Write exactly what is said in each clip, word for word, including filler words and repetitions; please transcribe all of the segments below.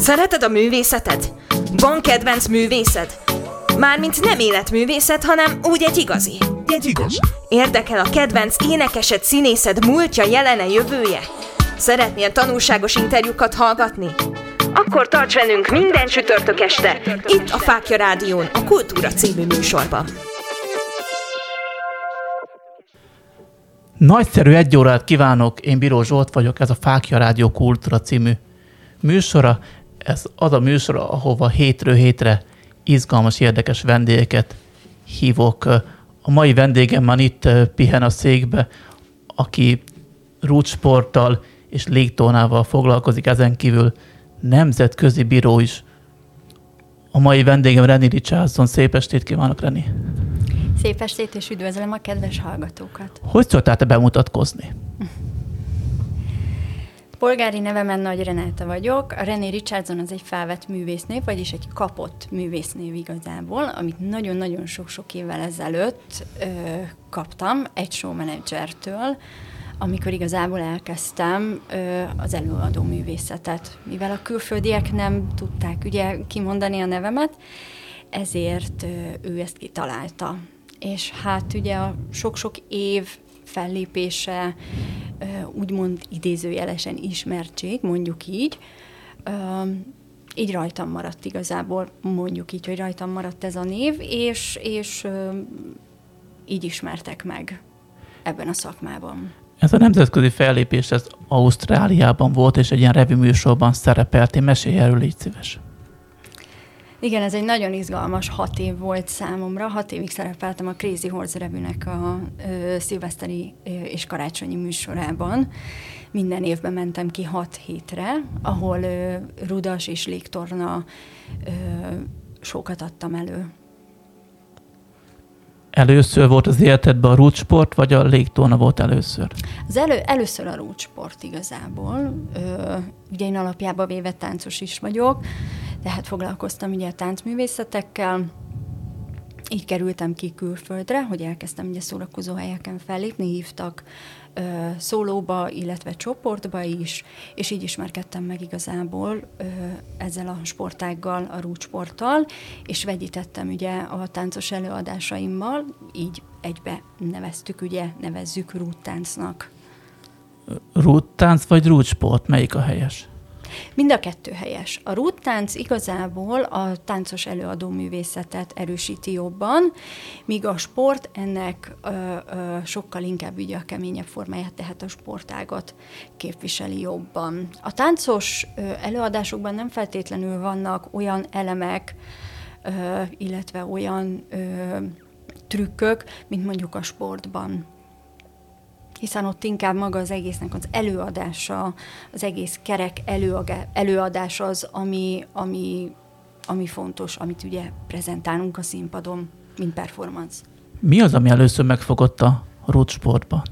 Szereted a művészetet? Van kedvenc művészed? Mármint nem életművészet, hanem úgy egy igazi. Egy igazi. Érdekel a kedvenc énekesed, színészed múltja, jelene, jövője? Szeretnél tanulságos interjúkat hallgatni? Akkor tarts velünk minden csütörtök este, itt a Fáklya Rádión, a Kultúra című műsorban. Nagyszerű egy órát kívánok, én Bíró Zsolt vagyok, ez a Fáklya Rádió Kultúra című műsora. Ez az a műsor, ahova hétről hétre izgalmas, érdekes vendégeket hívok. A mai vendégem már itt pihen a székbe, aki rúdsporttal és légtornával foglalkozik, ezen kívül nemzetközi bíró is. A mai vendégem Renny Richardson. Szép estét kívánok, Renny! Szép estét, és üdvözlöm a kedves hallgatókat! Hogy szoktál te bemutatkozni? Polgári nevemen Nagy Renáta vagyok. A Renny Richardson az egy felvett művésznév, vagyis egy kapott művésznév igazából, amit nagyon-nagyon sok-sok évvel ezelőtt ö, kaptam egy showmenedzsertől, amikor igazából elkezdtem ö, az előadó művészetet. Mivel a külföldiek nem tudták ugye kimondani a nevemet, ezért ö, ő ezt kitalálta. És hát ugye a sok-sok év fellépése, ö, úgymond idézőjelesen ismertség, mondjuk így, ö, így rajtam maradt igazából, mondjuk így, hogy rajtam maradt ez a név, és, és ö, így ismertek meg ebben a szakmában. Ez a nemzetközi fellépés, ez Ausztráliában volt, és egy ilyen revű műsorban szerepeltél. Mesélj erről, légy szíves. Igen, ez egy nagyon izgalmas hat év volt számomra. Hat évig szerepeltem a Crazy Horse revűnek a ö, szilveszteri ö, és karácsonyi műsorában. Minden évben mentem ki hat hétre, ahol ö, rudas és légtorna ö, sokat adtam elő. Először volt az életedben a rúdsport, vagy a légtorna volt először? Az elő, először a rúdsport igazából. Ö, ugye én alapjában véve táncos is vagyok, tehát foglalkoztam ugye a táncművészetekkel. Így kerültem ki külföldre, hogy elkezdtem ugye szórakozó helyeken fellépni, hívtak ö, szólóba, illetve csoportba is, és így ismerkedtem meg igazából ö, ezzel a sportággal, a rúdsporttal, és vegyítettem ugye a táncos előadásaimmal, így egybe neveztük, ugye nevezzük rúdtáncnak. Rúdtánc vagy rúdsport? Melyik a helyes? Mind a kettő helyes. A rúdtánc igazából a táncos előadó művészetet erősíti jobban, míg a sport ennek ö, ö, sokkal inkább ugye a keményebb formáját, tehát a sportágat képviseli jobban. A táncos ö, előadásokban nem feltétlenül vannak olyan elemek, ö, illetve olyan ö, trükkök, mint mondjuk a sportban. Hiszen ott inkább maga az egésznek az előadása, az egész kerek előadás az, ami, ami, ami fontos, amit ugye prezentálunk a színpadon, mint performance. Mi az, ami először megfogott a rúdsportban?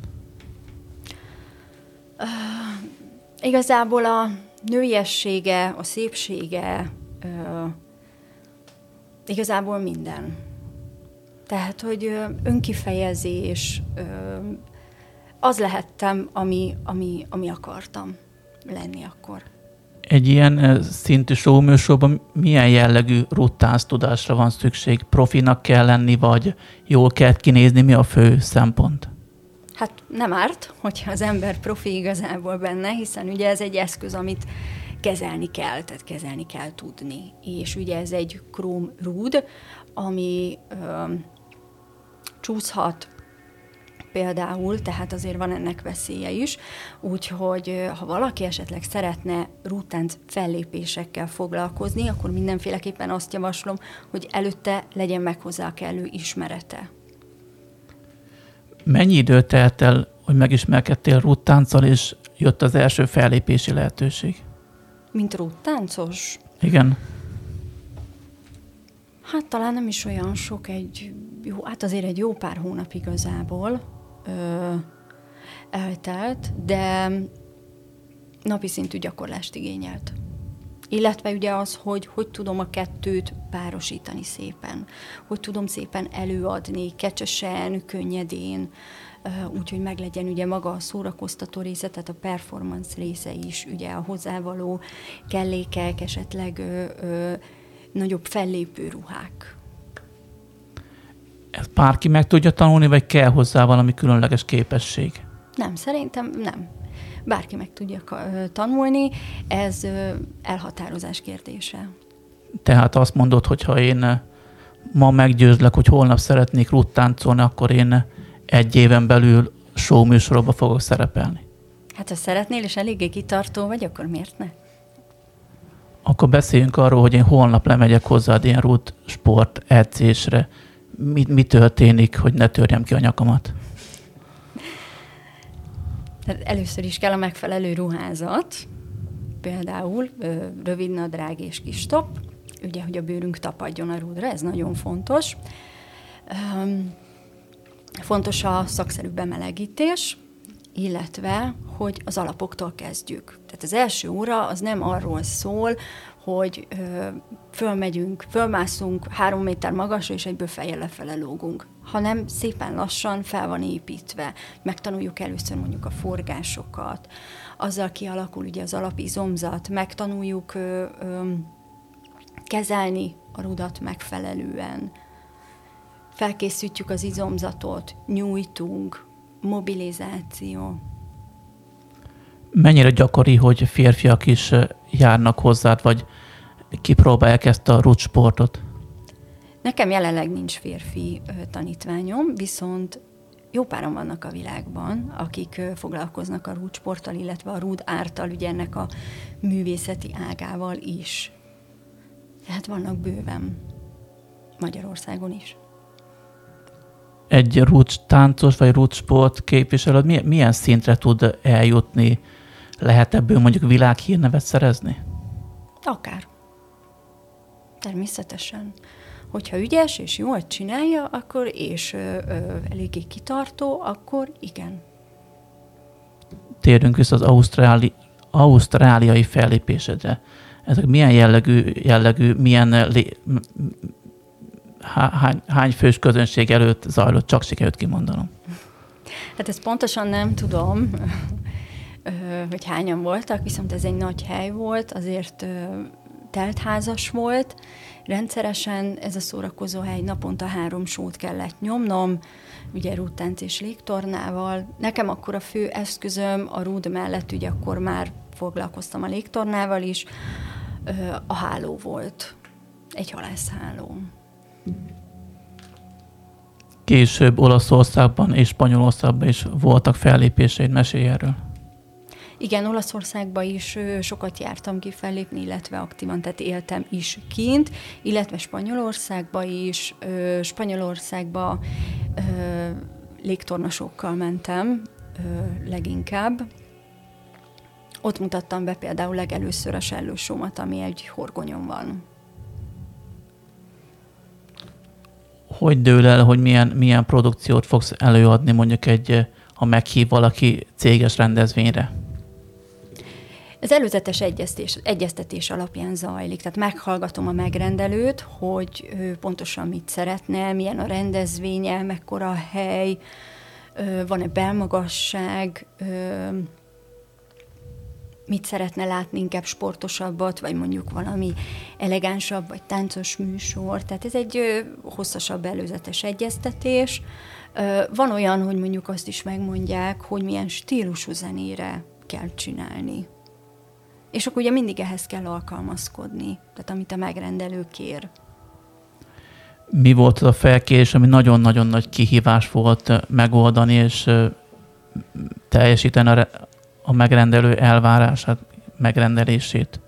Uh, igazából a nőiessége, a szépsége, uh, igazából minden. Tehát, hogy uh, önkifejezés, uh, az lehettem, ami, ami, ami akartam lenni akkor. Egy ilyen szintű showműsorban milyen jellegű rúdtánc tudásra van szükség? Profinak kell lenni, vagy jól kell kinézni? Mi a fő szempont? Hát nem árt, hogyha az ember profi igazából benne, hiszen ugye ez egy eszköz, amit kezelni kell, tehát kezelni kell tudni. És ugye ez egy króm rúd, ami ö, csúszhat, például, tehát azért van ennek veszélye is, úgyhogy ha valaki esetleg szeretne rúdtánc fellépésekkel foglalkozni, akkor mindenféleképpen azt javaslom, hogy előtte legyen meg hozzá a kellő ismerete. Mennyi idő telt el, hogy megismerkedtél rúdtánccal, és jött az első fellépési lehetőség? Mint rúdtáncos? Igen. Hát talán nem is olyan sok, egy jó, hát azért egy jó pár hónap igazából ö, eltelt, de napi szintű gyakorlást igényelt. Illetve ugye az, hogy hogy tudom a kettőt párosítani szépen. Hogy tudom szépen előadni, kecsesen, könnyedén, úgyhogy meglegyen ugye maga a szórakoztató része, tehát a performance része is, ugye a hozzávaló kellékek, esetleg ö, ö, nagyobb fellépő ruhák. Ezt bárki meg tudja tanulni, vagy kell hozzá valami különleges képesség? Nem, szerintem nem. Bárki meg tudja tanulni, ez elhatározás kérdése. Tehát azt mondod, hogy ha én ma meggyőzlek, hogy holnap szeretnék ruttáncolni, akkor én egy éven belül show műsorokba fogok szerepelni. Hát ha szeretnél, és eléggé kitartó vagy, akkor miért ne? Akkor beszéljünk arról, hogy én holnap lemegyek hozzád ilyen rút sport edzésre. Mi, mi történik, hogy ne törjem ki a nyakamat? Tehát először is kell a megfelelő ruházat, például ö, rövid nadrág és kis top, ugye, hogy a bőrünk tapadjon a rúdra, ez nagyon fontos. Um, fontos a szakszerű bemelegítés, illetve, hogy az alapoktól kezdjük. Tehát az első óra az nem arról szól, hogy ö, fölmegyünk, fölmászunk három méter magasra, és egyből fejjel lefele lógunk, hanem szépen lassan fel van építve. Megtanuljuk először mondjuk a forgásokat, azzal kialakul ugye az alapizomzat, megtanuljuk ö, ö, kezelni a rudat megfelelően, felkészítjük az izomzatot, nyújtunk, mobilizáció. Mennyire gyakori, hogy férfiak is járnak hozzád, vagy kipróbálják ezt a rúdsportot? Nekem jelenleg nincs férfi ö, tanítványom, viszont jó páran vannak a világban, akik ö, foglalkoznak a rúdsporttal, illetve a rúd árttal, ugye ennek a művészeti ágával is. Tehát vannak bőven Magyarországon is. Egy rúdtáncos vagy rúdsport képviselőd milyen, milyen szintre tud eljutni? Lehet ebből mondjuk világhírnevet szerezni? Akár. Természetesen. Hogyha ügyes és jól csinálja, akkor és ö, ö, eléggé kitartó, akkor igen. Térjünk vissza az ausztráli, ausztráliai fellépésedre. Ezek milyen jellegű, jellegű milyen lé, hány, hány fős közönség előtt zajlott, csak sikerült kimondanom? Hát ezt pontosan nem tudom, hogy hányan voltak, viszont ez egy nagy hely volt, azért teltházas volt. Rendszeresen ez a szórakozó hely, naponta három sót kellett nyomnom, ugye rúdtánc és légtornával. Nekem akkor a fő eszközöm a rúd mellett, ugye akkor már foglalkoztam a légtornával is, a háló volt, egy halászháló. Később Olaszországban és Spanyolországban is voltak fellépéseid, mesélj erről. Igen, Olaszországban is sokat jártam ki fellépni, illetve aktívan, tehát éltem is kint, illetve Spanyolországban is. Spanyolországban légtornasokkal mentem leginkább. Ott mutattam be például legelőször a sellősómat, ami egy horgonyon van. Hogy dől el, hogy milyen, milyen produkciót fogsz előadni, mondjuk egy, ha meghív valaki céges rendezvényre? Ez előzetes egyeztetés, egyeztetés alapján zajlik, tehát meghallgatom a megrendelőt, hogy ő pontosan mit szeretne, milyen a rendezvénye, mekkora a hely, van-e belmagasság, mit szeretne látni, inkább sportosabbat, vagy mondjuk valami elegánsabb, vagy táncos műsor. Tehát ez egy hosszasabb előzetes egyeztetés. Van olyan, hogy mondjuk azt is megmondják, hogy milyen stílusú zenére kell csinálni. És akkor ugye mindig ehhez kell alkalmazkodni, tehát amit a megrendelő kér. Mi volt az a felkérés, ami nagyon-nagyon nagy kihívás volt megoldani, és teljesíteni a, a megrendelő elvárását, megrendelését?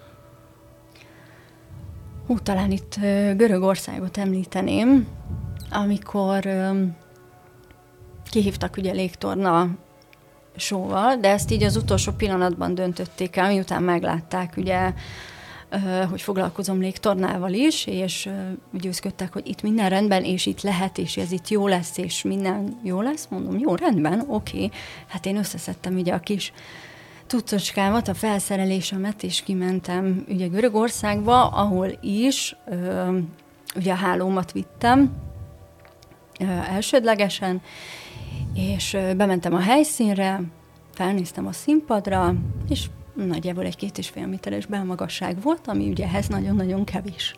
Hú, talán itt Görögországot említeném, amikor kihívtak ugye légtorna showval, de ezt így az utolsó pillanatban döntötték el, miután meglátták ugye, hogy foglalkozom légtornával is, és győzködtek, hogy itt minden rendben, és itt lehet, és ez itt jó lesz, és minden jó lesz. Mondom, jó, rendben, oké. Hát én összeszedtem ugye a kis cuccocskámat, a felszerelésemet, és kimentem ugye Görögországba, ahol is ö, ugye a hálómat vittem ö, elsődlegesen, és ö, bementem a helyszínre, felnéztem a színpadra, és nagyjából egy két és fél méteres belmagasság volt, ami ugye ehhez nagyon-nagyon kevés.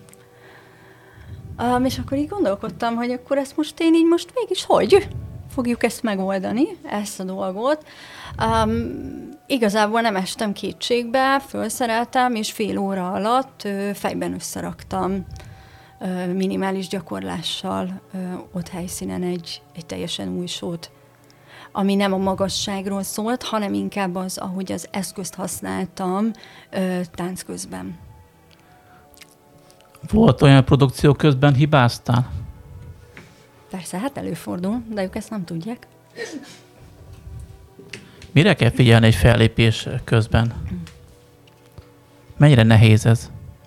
Um, és akkor így gondolkodtam, hogy akkor ezt most én így most mégis hogy fogjuk ezt megoldani, ezt a dolgot. Um, igazából nem estem kétségbe, felszereltem, és fél óra alatt ö, fejben összeraktam ö, minimális gyakorlással ö, ott helyszínen egy, egy teljesen új sót, ami nem a magasságról szólt, hanem inkább az, ahogy az eszközt használtam ö, tánc közben. Volt olyan produkció közben hibáztál? Persze, hát előfordul, de ők ezt nem tudják. Mire kell figyelni egy fellépés közben? Mennyire nehéz ez?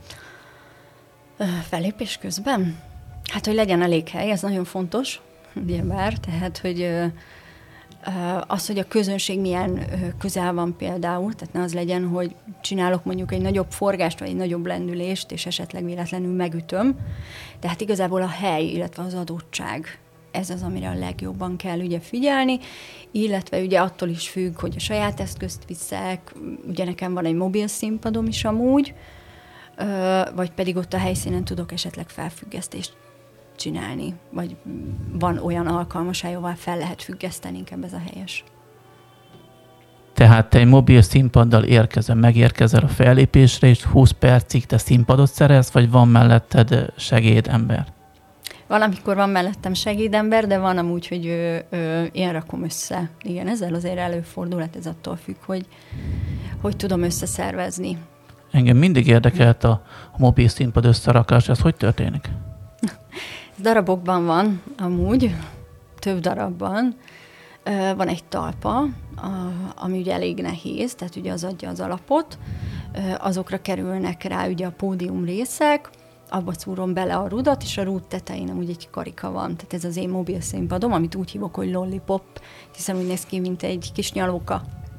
Fellépés közben? Hát, hogy legyen elég hely, ez nagyon fontos, ugyebár, tehát, hogy az, hogy a közönség milyen közel van például, tehát ne az legyen, hogy csinálok mondjuk egy nagyobb forgást, vagy egy nagyobb lendülést, és esetleg véletlenül megütöm. Tehát igazából a hely, illetve az adottság, ez az, amire a legjobban kell ugye figyelni, illetve ugye attól is függ, hogy a saját eszközt viszek, ugye nekem van egy mobil színpadom is amúgy, vagy pedig ott a helyszínen tudok esetleg felfüggesztést csinálni, vagy van olyan alkalmas, ahová fel lehet függeszteni, inkább ez a helyes. Tehát te egy mobil színpaddal érkezel, megérkezel a fellépésre, és húsz percig te színpadot szerez, vagy van melletted segédember? Van, amikor van mellettem segédember, de van amúgy, hogy ö, ö, én rakom össze. Igen, ezzel azért előfordul, hát ez attól függ, hogy hogy tudom összeszervezni. Engem mindig érdekelt a, a mobil színpad összerakás, ez hogy történik? Darabokban van, amúgy, több darabban. Van egy talpa, ami ugye elég nehéz, tehát ugye az adja az alapot. Azokra kerülnek rá ugye a pódium részek, abba szúrom bele a rudat, és a rúd tetején amúgy egy karika van. Tehát ez az én mobil színpadom, amit úgy hívok, hogy lollipop, hiszen úgy néz ki, mint egy kis nyalóka.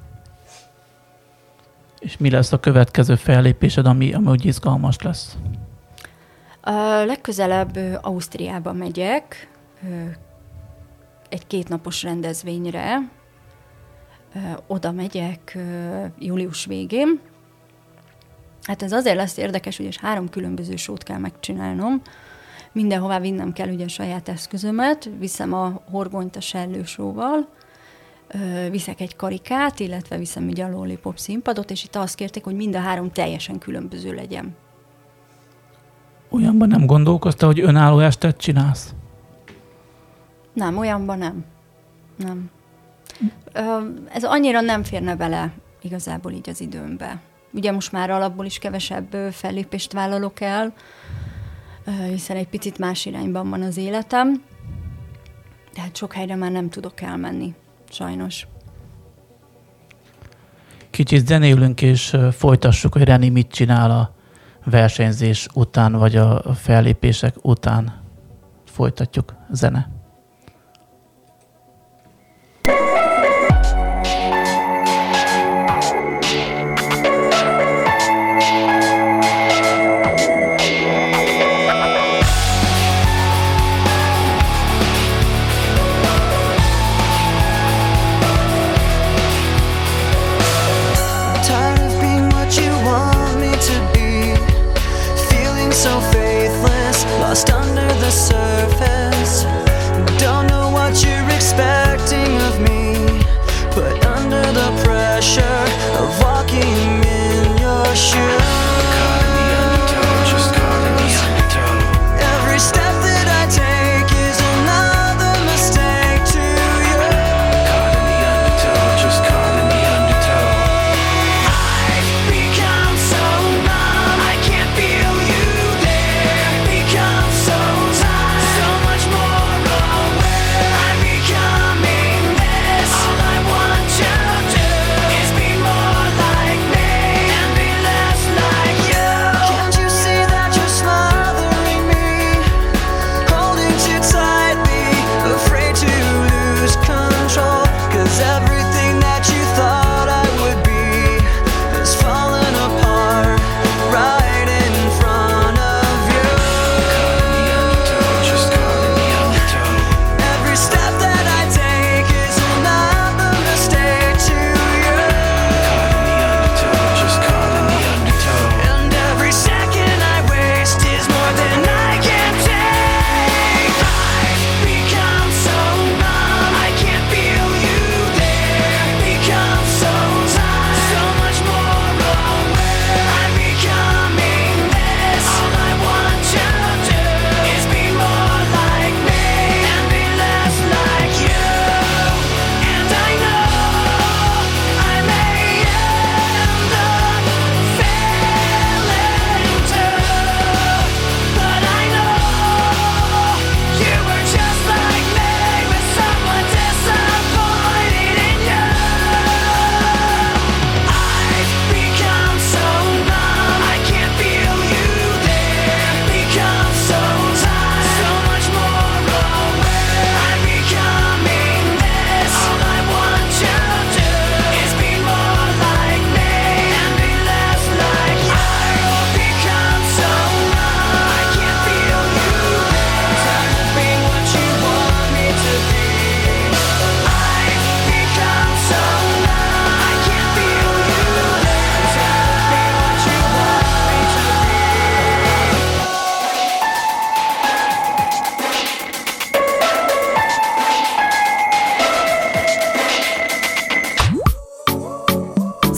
És mi lesz a következő fellépésed, ami, ami úgy izgalmas lesz? A legközelebb Ausztriába megyek, egy kétnapos rendezvényre. Oda megyek július végén. Hát ez azért lesz érdekes, hogy három különböző sót kell megcsinálnom. Mindenhová vinnem kell ugye a saját eszközömet, viszem a horgonyt a sellősóval, viszek egy karikát, illetve viszem ugye a lollipop színpadot, és itt azt kérték, hogy mind a három teljesen különböző legyen. Olyanban nem gondolkoztál, hogy önálló estet csinálsz? Nem, olyanban nem. Nem. Ez annyira nem férne bele igazából így az időmbe. Ugye most már alapból is kevesebb fellépést vállalok el, hiszen egy picit más irányban van az életem, tehát sok helyre már nem tudok elmenni, sajnos. Kicsit zenélünk, és folytassuk, hogy Reni mit csinál a versenyzés után, vagy a fellépések után. Folytatjuk, zene. Lost under the surface. Don't know what you're expecting of me. Put under the pressure of walking in your shoes. Caught in the undertow, just caught in the undertow. Every step that I take is another mistake to you. Caught in the undertow, just caught in the undertow. I've become so numb, I can't feel you there. Become so tired, so much more aware. I'm becoming this. All I want to do is be more like me and be less like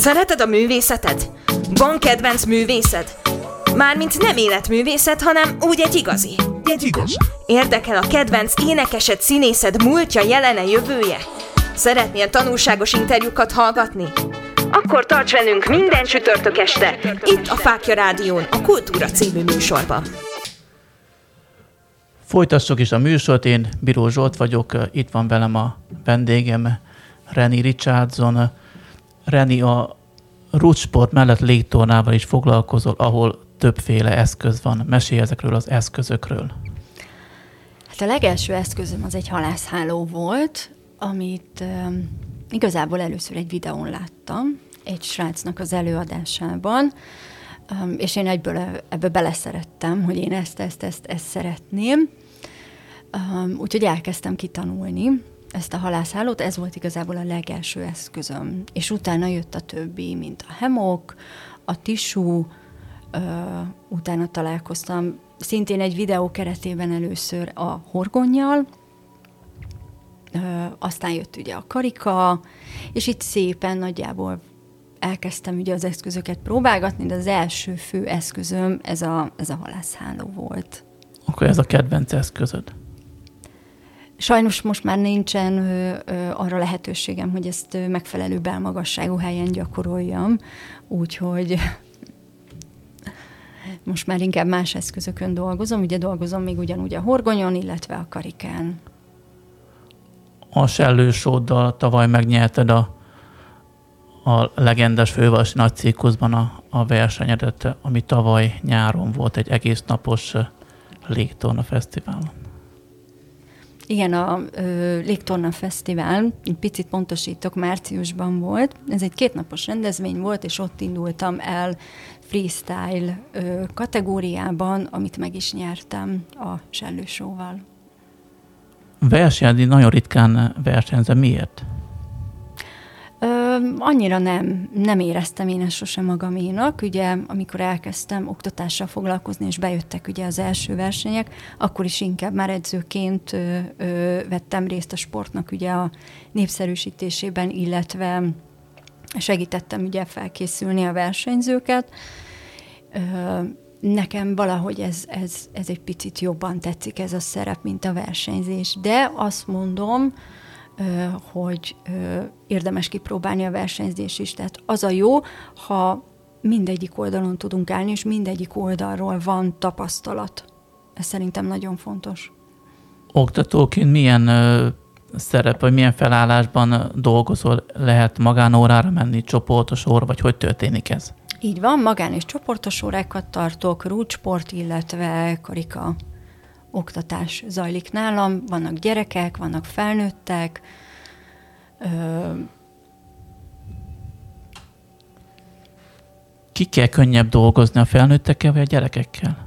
Szereted a művészeted? Van kedvenc művészed? Mármint nem életművészet, hanem úgy egy igazi. Egy igazi. Érdekel a kedvenc énekesed, színészed múltja, jelene, jövője? Szeretnél tanulságos interjúkat hallgatni? Akkor tarts velünk minden csütörtök este, itt a Fáklya Rádión, a Kultúra című műsorban. Folytassuk is a műsort, én Biró Zsolt vagyok, itt van velem a vendégem, Rennie Richardson. Rennie, a rúdsport mellett légtornával is foglalkozol, ahol többféle eszköz van. Mesélj ezekről az eszközökről. Hát a legelső eszközöm az egy halászháló volt, amit um, igazából először egy videón láttam, egy srácnak az előadásában, um, és én egyből ebbe beleszerettem, hogy én ezt, ezt, ezt, ezt szeretném. Um, úgyhogy elkezdtem kitanulni ezt a halászhálót, ez volt igazából a legelső eszközöm. És utána jött a többi, mint a hemok, a tisú, uh, utána találkoztam szintén egy videó keretében először a horgonnyal, uh, aztán jött ugye a karika, és itt szépen nagyjából elkezdtem ugye az eszközöket próbálgatni, de az első fő eszközöm ez a, ez a halászháló volt. Akkor ez a kedvenc eszközöd? Sajnos most már nincsen ö, ö, arra lehetőségem, hogy ezt ö, megfelelő belmagasságú helyen gyakoroljam, úgyhogy most már inkább más eszközökön dolgozom. Ugye dolgozom még ugyanúgy a horgonyon, illetve a karikán. A sellősóddal tavaly megnyerted a, a legendás fővárosi nagy cirkuszban a, a versenyedet, ami tavaly nyáron volt egy egész napos légtorna fesztiválon. Igen, a ö, Légtorna Fesztivál, egy picit pontosítok, márciusban volt. Ez egy kétnapos rendezvény volt, és ott indultam el freestyle ö, kategóriában, amit meg is nyertem a sellősóval. Versenyezni nagyon ritkán versenyzem. Miért? Ö, annyira nem, nem éreztem én ezt sosem magaménak. Ugye, amikor elkezdtem oktatással foglalkozni, és bejöttek ugye az első versenyek, akkor is inkább már edzőként ö, ö, vettem részt a sportnak ugye a népszerűsítésében, illetve segítettem ugye felkészülni a versenyzőket. Ö, nekem valahogy ez, ez, ez egy picit jobban tetszik ez a szerep, mint a versenyzés. De azt mondom, hogy érdemes kipróbálni a versenyzést is. Tehát az a jó, ha mindegyik oldalon tudunk állni, és mindegyik oldalról van tapasztalat. Ez szerintem nagyon fontos. Oktatóként milyen ö, szerep, vagy milyen felállásban dolgozol? Lehet magánórára menni, csoportos óra, vagy hogy történik ez? Így van, magán és csoportos órákat tartok, rúdsport, illetve karika oktatás zajlik nálam. Vannak gyerekek, vannak felnőttek. Ö... Kikkel könnyebb dolgozni, a felnőttekkel vagy a gyerekekkel?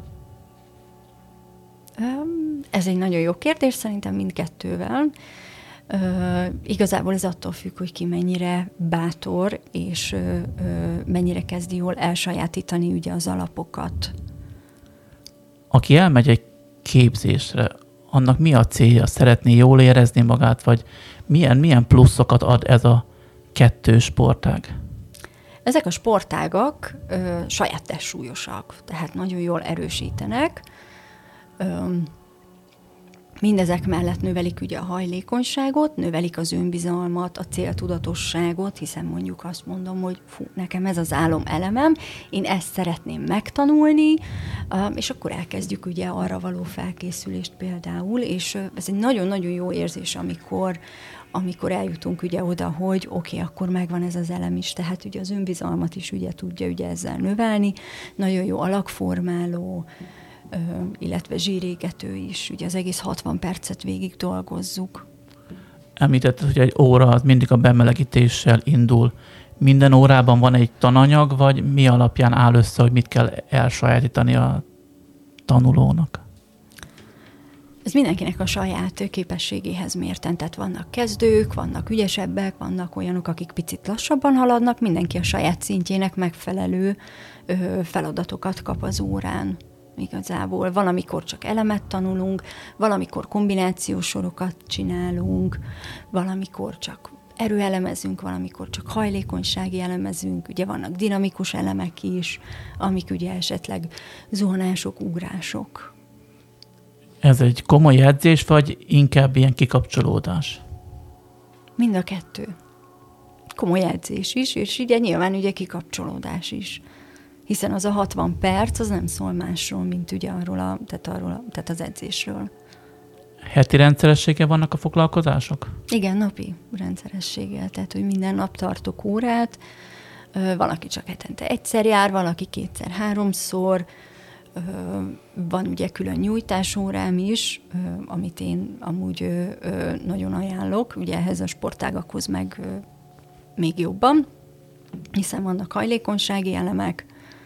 Ö, ez egy nagyon jó kérdés, szerintem mindkettővel. Ö, igazából ez attól függ, hogy ki mennyire bátor, és ö, ö, mennyire kezdi jól elsajátítani ugye az alapokat. Aki elmegy egy képzésre, annak mi a célja? Szeretné jól érezni magát, vagy milyen, milyen pluszokat ad ez a kettős sportág? Ezek a sportágak ö, saját testsúlyosak, tehát nagyon jól erősítenek. Ö, mindezek mellett növelik ugye a hajlékonyságot, növelik az önbizalmat, a céltudatosságot, hiszen mondjuk azt mondom, hogy fú, nekem ez az álom elemem, én ezt szeretném megtanulni, és akkor elkezdjük ugye arra való felkészülést például, és ez egy nagyon-nagyon jó érzés, amikor, amikor eljutunk ugye oda, hogy oké, okay, akkor megvan ez az elem is, tehát ugye az önbizalmat is ugye tudja ugye ezzel növelni, nagyon jó alakformáló, illetve zsírégető is. Ugye az egész hatvan percet végig dolgozzuk. Említetted, hogy egy óra az mindig a bemelegítéssel indul. Minden órában van egy tananyag, vagy mi alapján áll össze, hogy mit kell elsajátítani a tanulónak? Ez mindenkinek a saját képességéhez mérten. Tehát vannak kezdők, vannak ügyesebbek, vannak olyanok, akik picit lassabban haladnak, mindenki a saját szintjének megfelelő ö, feladatokat kap az órán. Igazából valamikor csak elemet tanulunk, valamikor kombinációs sorokat csinálunk, valamikor csak erőelemezünk, valamikor csak hajlékonysági elemezünk, ugye vannak dinamikus elemek is, amik ugye esetleg zuhanások, ugrások. Ez egy komoly edzés, vagy inkább ilyen kikapcsolódás? Mind a kettő. Komoly edzés is, és ugye nyilván ugye kikapcsolódás is. Hiszen az a hatvan perc, az nem szól másról, mint ugye arról a, tehát arról a, tehát az edzésről. Heti rendszerességgel vannak a foglalkozások? Igen, napi rendszerességgel, tehát hogy minden nap tartok órát, valaki csak hetente egyszer jár, valaki kétszer, háromszor, van ugye külön nyújtásórám is, amit én amúgy nagyon ajánlok, ugye ehhez a sportágakhoz meg még jobban, hiszen vannak hajlékonysági elemek.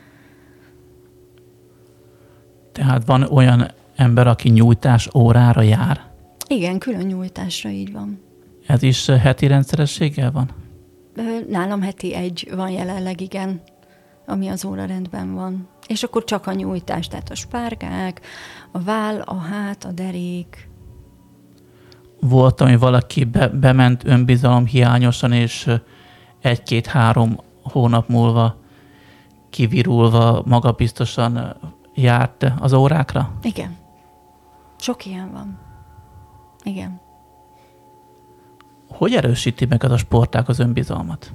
Tehát van olyan ember, aki nyújtás órára jár? Igen, külön nyújtásra, így van. Ez is heti rendszerességgel van? Nálam heti egy van jelenleg, igen, ami az órarendben van. És akkor csak a nyújtás, tehát a spárgák, a váll, a hát, a derék. Volt, ami valaki be, bement önbizalom hiányosan, és egy-két-három hónap múlva kivirulva magabiztosan járt az órákra? Igen. Sok ilyen van. Igen. Hogy erősíti meg az a sportág az önbizalmat?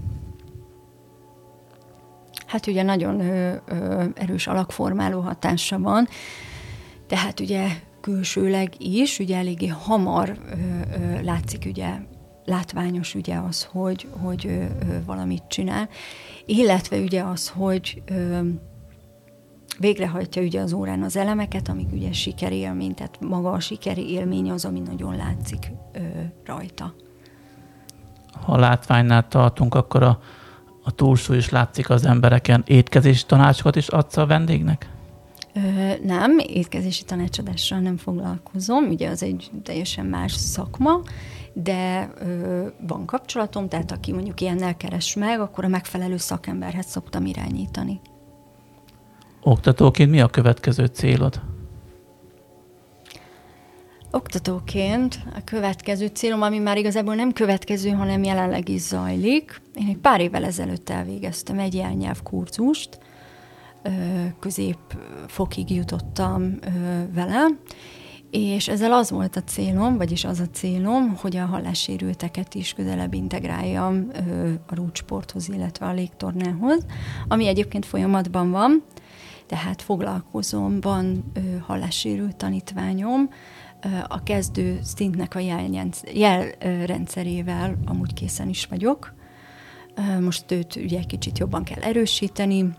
Hát ugye nagyon ö, ö, erős alakformáló hatása van, tehát ugye külsőleg is, ugye eléggé hamar ö, ö, látszik ugye, látványos ugye az, hogy, hogy ö, ö, valamit csinál, illetve ugye az, hogy ö, végrehajtja ugye az órán az elemeket, amik ugye sikerélmény, tehát maga a sikeri élmény az, ami nagyon látszik ö, rajta. Ha a látványnál tartunk, akkor a, a túlsúly is látszik az embereken. Étkezési tanácsokat is adsz a vendégnek? Ö, nem, étkezési tanácsadással nem foglalkozom, ugye az egy teljesen más szakma, de ö, van kapcsolatom, tehát aki mondjuk ilyennel keres meg, akkor a megfelelő szakemberhez szoktam irányítani. Oktatóként mi a következő célod? Oktatóként a következő célom, ami már igazából nem következő, hanem jelenleg is zajlik. Én egy pár évvel ezelőtt elvégeztem egy jelnyelvkurzust, középfokig jutottam vele, és ezzel az volt a célom, vagyis az a célom, hogy a hallássérülteket is közelebb integráljam a rúdsporthoz, illetve a légtornához, ami egyébként folyamatban van, tehát foglalkozom, van hallássérült tanítványom, a kezdő szintnek a jelrendszerével amúgy készen is vagyok. Most őt ugye egy kicsit jobban kell erősíteni,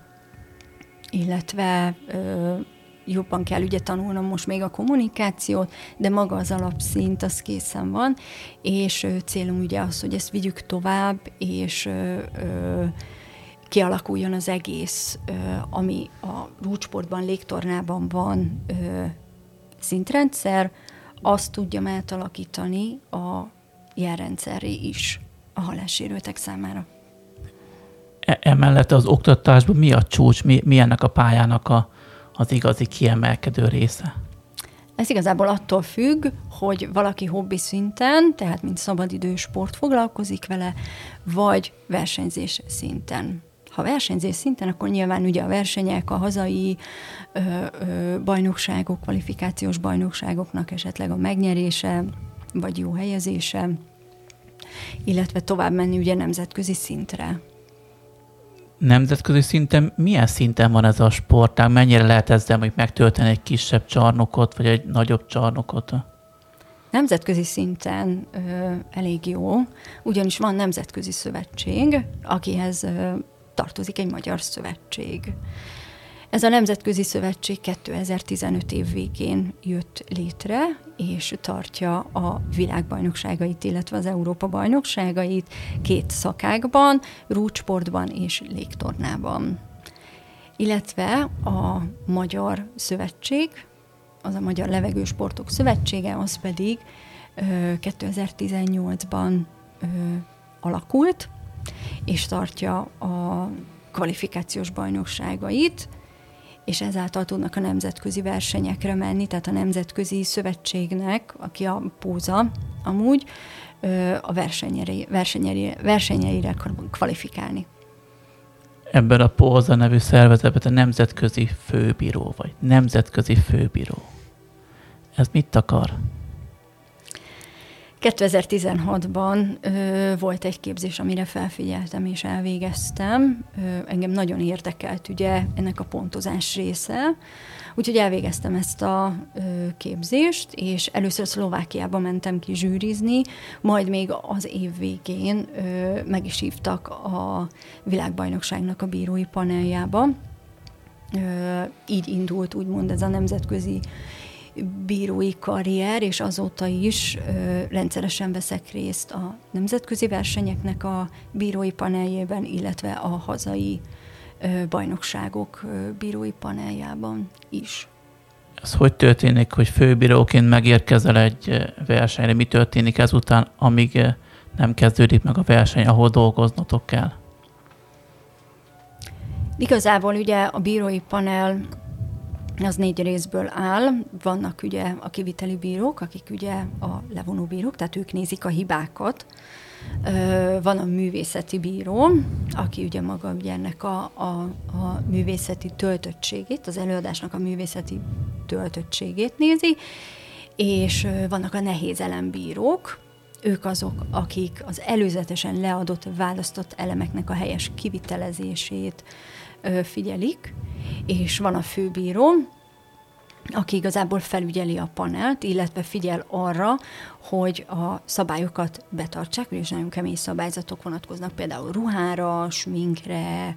illetve jobban kell ugye tanulnom most még a kommunikációt, de maga az alapszint, az készen van, és célom ugye az, hogy ezt vigyük tovább, és kialakuljon az egész, ami a rúdsportban, légtornában van szintrendszer, azt tudjam átalakítani a jelrendszerré is a hallássérültek számára. E- emellett az oktatásban mi a csúcs, mi, mi ennek a pályának a, az igazi kiemelkedő része? Ez igazából attól függ, hogy valaki hobbi szinten, tehát mint szabadidős sport foglalkozik vele, vagy versenyzés szinten. Ha versenyzés szinten, akkor nyilván ugye a versenyek, a hazai ö, ö, bajnokságok, kvalifikációs bajnokságoknak esetleg a megnyerése, vagy jó helyezése, illetve tovább menni ugye nemzetközi szintre. Nemzetközi szinten milyen szinten van ez a sportág? Mennyire lehet ezzel mondjuk megtölteni egy kisebb csarnokot, vagy egy nagyobb csarnokot? Nemzetközi szinten ö, elég jó, ugyanis van nemzetközi szövetség, akihez ö, tartozik egy magyar szövetség. Ez a Nemzetközi Szövetség kétezer-tizenöt év végén jött létre, és tartja a világbajnokságait, illetve az Európa bajnokságait két szakágban, rúdsportban és légtornában. Illetve a Magyar Szövetség, az a Magyar Levegősportok Szövetsége, az pedig ö, kétezer-tizennyolcban ö, alakult, és tartja a kvalifikációs bajnokságait, és ezáltal tudnak a nemzetközi versenyekre menni, tehát a Nemzetközi Szövetségnek, aki a póza amúgy, a versenyeri, versenyeri, versenyeire kvalifikálni. Ebben a Póza nevű szervezetben a nemzetközi főbíró vagy. Nemzetközi főbíró. Ez mit akar? kétezer-tizenhatban ö, volt egy képzés, amire felfigyeltem és elvégeztem. Ö, engem nagyon érdekelt ugye ennek a pontozás része. Úgyhogy elvégeztem ezt a ö, képzést, és először Szlovákiába mentem ki zsűrizni, majd még az év végén ö, meg is hívtak a világbajnokságnak a bírói paneljába. Ö, így indult úgymond ez a nemzetközi bírói karrier, és azóta is ö, rendszeresen veszek részt a nemzetközi versenyeknek a bírói paneljében, illetve a hazai ö, bajnokságok ö, bírói paneljában is. Ez hogy történik, hogy főbíróként megérkezel egy versenyre? Mi történik ezután, amíg nem kezdődik meg a verseny, ahol dolgoznotok kell? Igazából ugye a bírói panel az négy részből áll. Vannak ugye a kiviteli bírók, akik ugye a levonó bírók, tehát ők nézik a hibákat. Van a művészeti bíró, aki ugye maga ugye ennek a, a, a művészeti töltöttségét, az előadásnak a művészeti töltöttségét nézi, és vannak a nehéz elembírók, ők azok, akik az előzetesen leadott, választott elemeknek a helyes kivitelezését figyelik, és van a főbíró, aki igazából felügyeli a panelt, illetve figyel arra, hogy a szabályokat betartsák, ugyanis nagyon kemény szabályzatok vonatkoznak például ruhára, sminkre,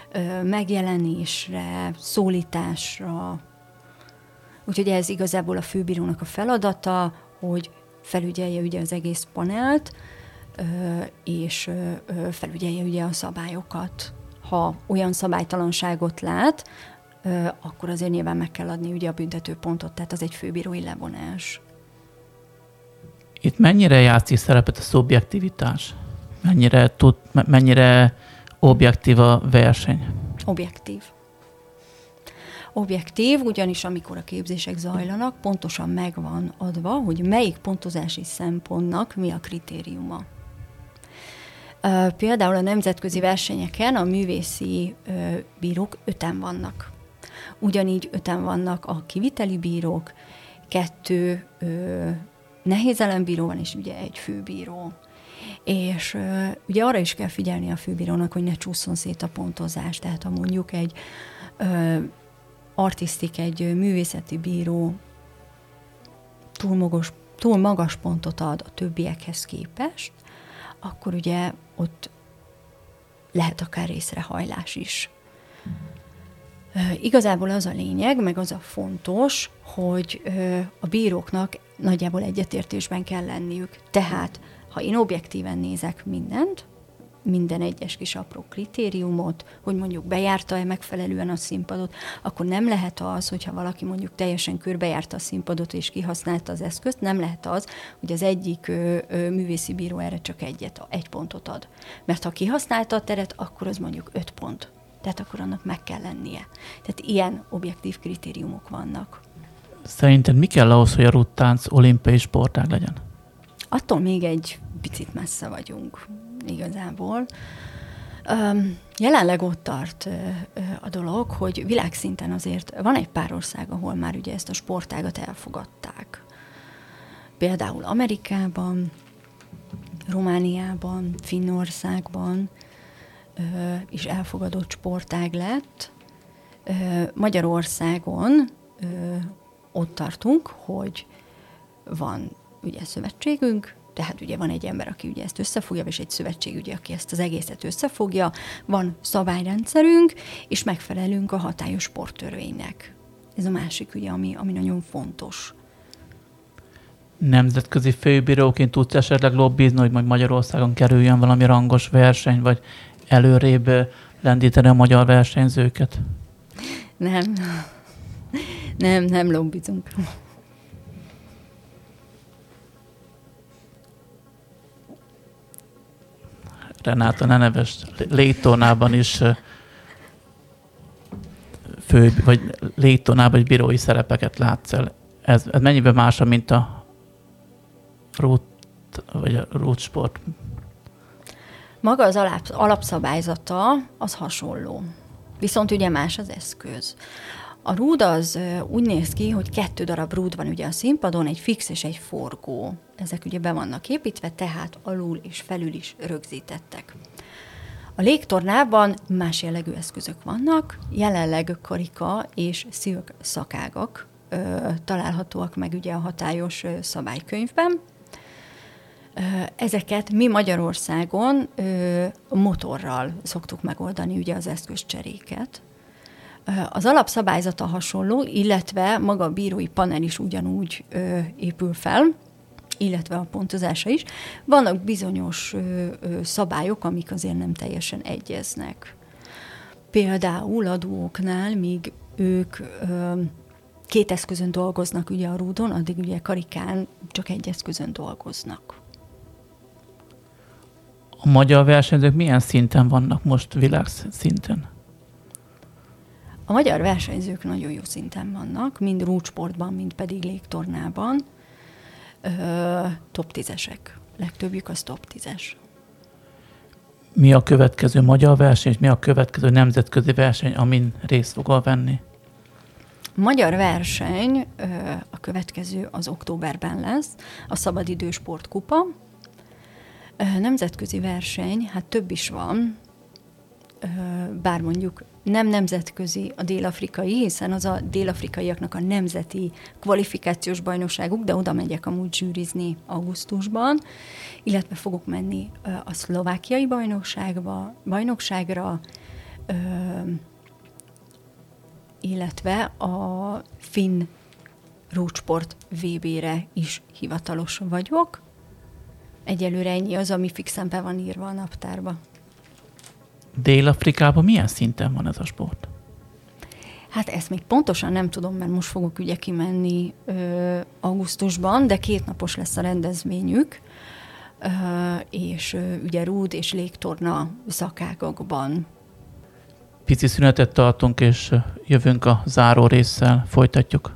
megjelenésre, szólításra. Úgyhogy ez igazából a főbírónak a feladata, hogy felügyelje ugye az egész panelt, és felügyelje ugye a szabályokat. Ha olyan szabálytalanságot lát, akkor azért nyilván meg kell adni ugye a büntetőpontot, tehát az egy főbírói levonás. Itt mennyire játszik szerepet a szubjektivitás? Mennyire, tud, mennyire objektív a verseny? Objektív. Objektív, ugyanis amikor a képzések zajlanak, pontosan megvan adva, hogy melyik pontozási szempontnak mi a kritériuma. Például a nemzetközi versenyeken a művészi bírók öten vannak. Ugyanígy öten vannak a kiviteli bírók, kettő nehézelembíró van, és ugye egy főbíró. És ugye arra is kell figyelni a főbírónak, hogy ne csúszson szét a pontozás. Tehát ha mondjuk egy artisztik, egy művészeti bíró túl magas, túl magas pontot ad a többiekhez képest, akkor ugye ott lehet akár részrehajlás is. Igazából az a lényeg, meg az a fontos, hogy a bíróknak nagyjából egyetértésben kell lenniük. Tehát, ha én objektíven nézek mindent, minden egyes kis apró kritériumot, hogy mondjuk bejárta-e megfelelően a színpadot, akkor nem lehet az, hogyha valaki mondjuk teljesen körbejárta a színpadot és kihasználta az eszközt, nem lehet az, hogy az egyik ö, ö, művészi bíró erre csak egyet, egy pontot ad. Mert ha kihasználta a teret, akkor az mondjuk öt pont. Tehát akkor annak meg kell lennie. Tehát ilyen objektív kritériumok vannak. Szerinted mi kell ahhoz, hogy a ruttánc olimpiai sportág legyen? Attól még egy picit messze vagyunk igazából. Um, jelenleg ott tart uh, uh, a dolog, hogy világszinten azért van egy pár ország, ahol már ugye ezt a sportágat elfogadták. Például Amerikában, Romániában, Finnországban uh, is elfogadott sportág lett. Uh, Magyarországon uh, ott tartunk, hogy van ugye szövetségünk, tehát ugye van egy ember, aki ugye ezt összefogja, és egy szövetség, ugye, aki ezt az egészet összefogja, van szabályrendszerünk, és megfelelünk a hatályos sporttörvénynek. Ez a másik, ugye, ami, ami nagyon fontos. Nemzetközi főbíróként tudsz esetleg lobbizni, hogy majd Magyarországon kerüljön valami rangos verseny, vagy előrébb lendíteni a magyar versenyzőket? Nem. Nem, nem lobbizunk. Renáta, ne nevesd, légtornában is fő, vagy légtornában is bírói szerepeket látsz el. Ez, ez mennyiben másabb, mint a vagy a rúdsport? Maga az alap, alapszabályzata az hasonló. Viszont ugye más az eszköz. A rúd az úgy néz ki, hogy kettő darab rúd van ugye a színpadon, egy fix és egy forgó. Ezek ugye be vannak építve, tehát alul és felül is rögzítettek. A légtornában más jellegű eszközök vannak, jelenleg karika és szilk szakágak ö, találhatóak meg ugye a hatályos ö, szabálykönyvben. Ö, ezeket mi Magyarországon ö, motorral szoktuk megoldani ugye az eszközcseréket. Ö, az alapszabályzata hasonló, illetve maga a bírói panel is ugyanúgy ö, épül fel, illetve a pontozása is. Vannak bizonyos ö, ö, szabályok, amik azért nem teljesen egyeznek. Például a duóknál, míg ők ö, két eszközön dolgoznak ugye a rúdon, addig ugye karikán csak egy eszközön dolgoznak. A magyar versenyzők milyen szinten vannak most világszinten? A magyar versenyzők nagyon jó szinten vannak, mind rúdsportban, mind pedig légtornában. Ö, top tízesek. Legtöbbjük az top tízes. Mi a következő magyar verseny, és mi a következő nemzetközi verseny, amin részt fogol venni? A magyar verseny ö, a következő az októberben lesz, a Szabadidő Sportkupa. Ö, nemzetközi verseny, hát több is van, ö, bár mondjuk nem nemzetközi a dél-afrikai, hiszen az a dél-afrikaiaknak a nemzeti kvalifikációs bajnokságuk, de oda megyek amúgy zsűrizni augusztusban, illetve fogok menni a szlovákiai bajnokságba, bajnokságra, ö, illetve a finn rúdsport vé bé-re is hivatalos vagyok. Egyelőre ennyi az, ami fixen be van írva a naptárba. Dél-Afrikában milyen szinten van ez a sport? Hát ezt még pontosan nem tudom, mert most fogok ugye kimenni ö, augusztusban, de kétnapos lesz a rendezvényük, ö, és ö, ugye rúd és légtorna szakágakban. Pici szünetet tartunk, és jövünk a záró résszel. Folytatjuk.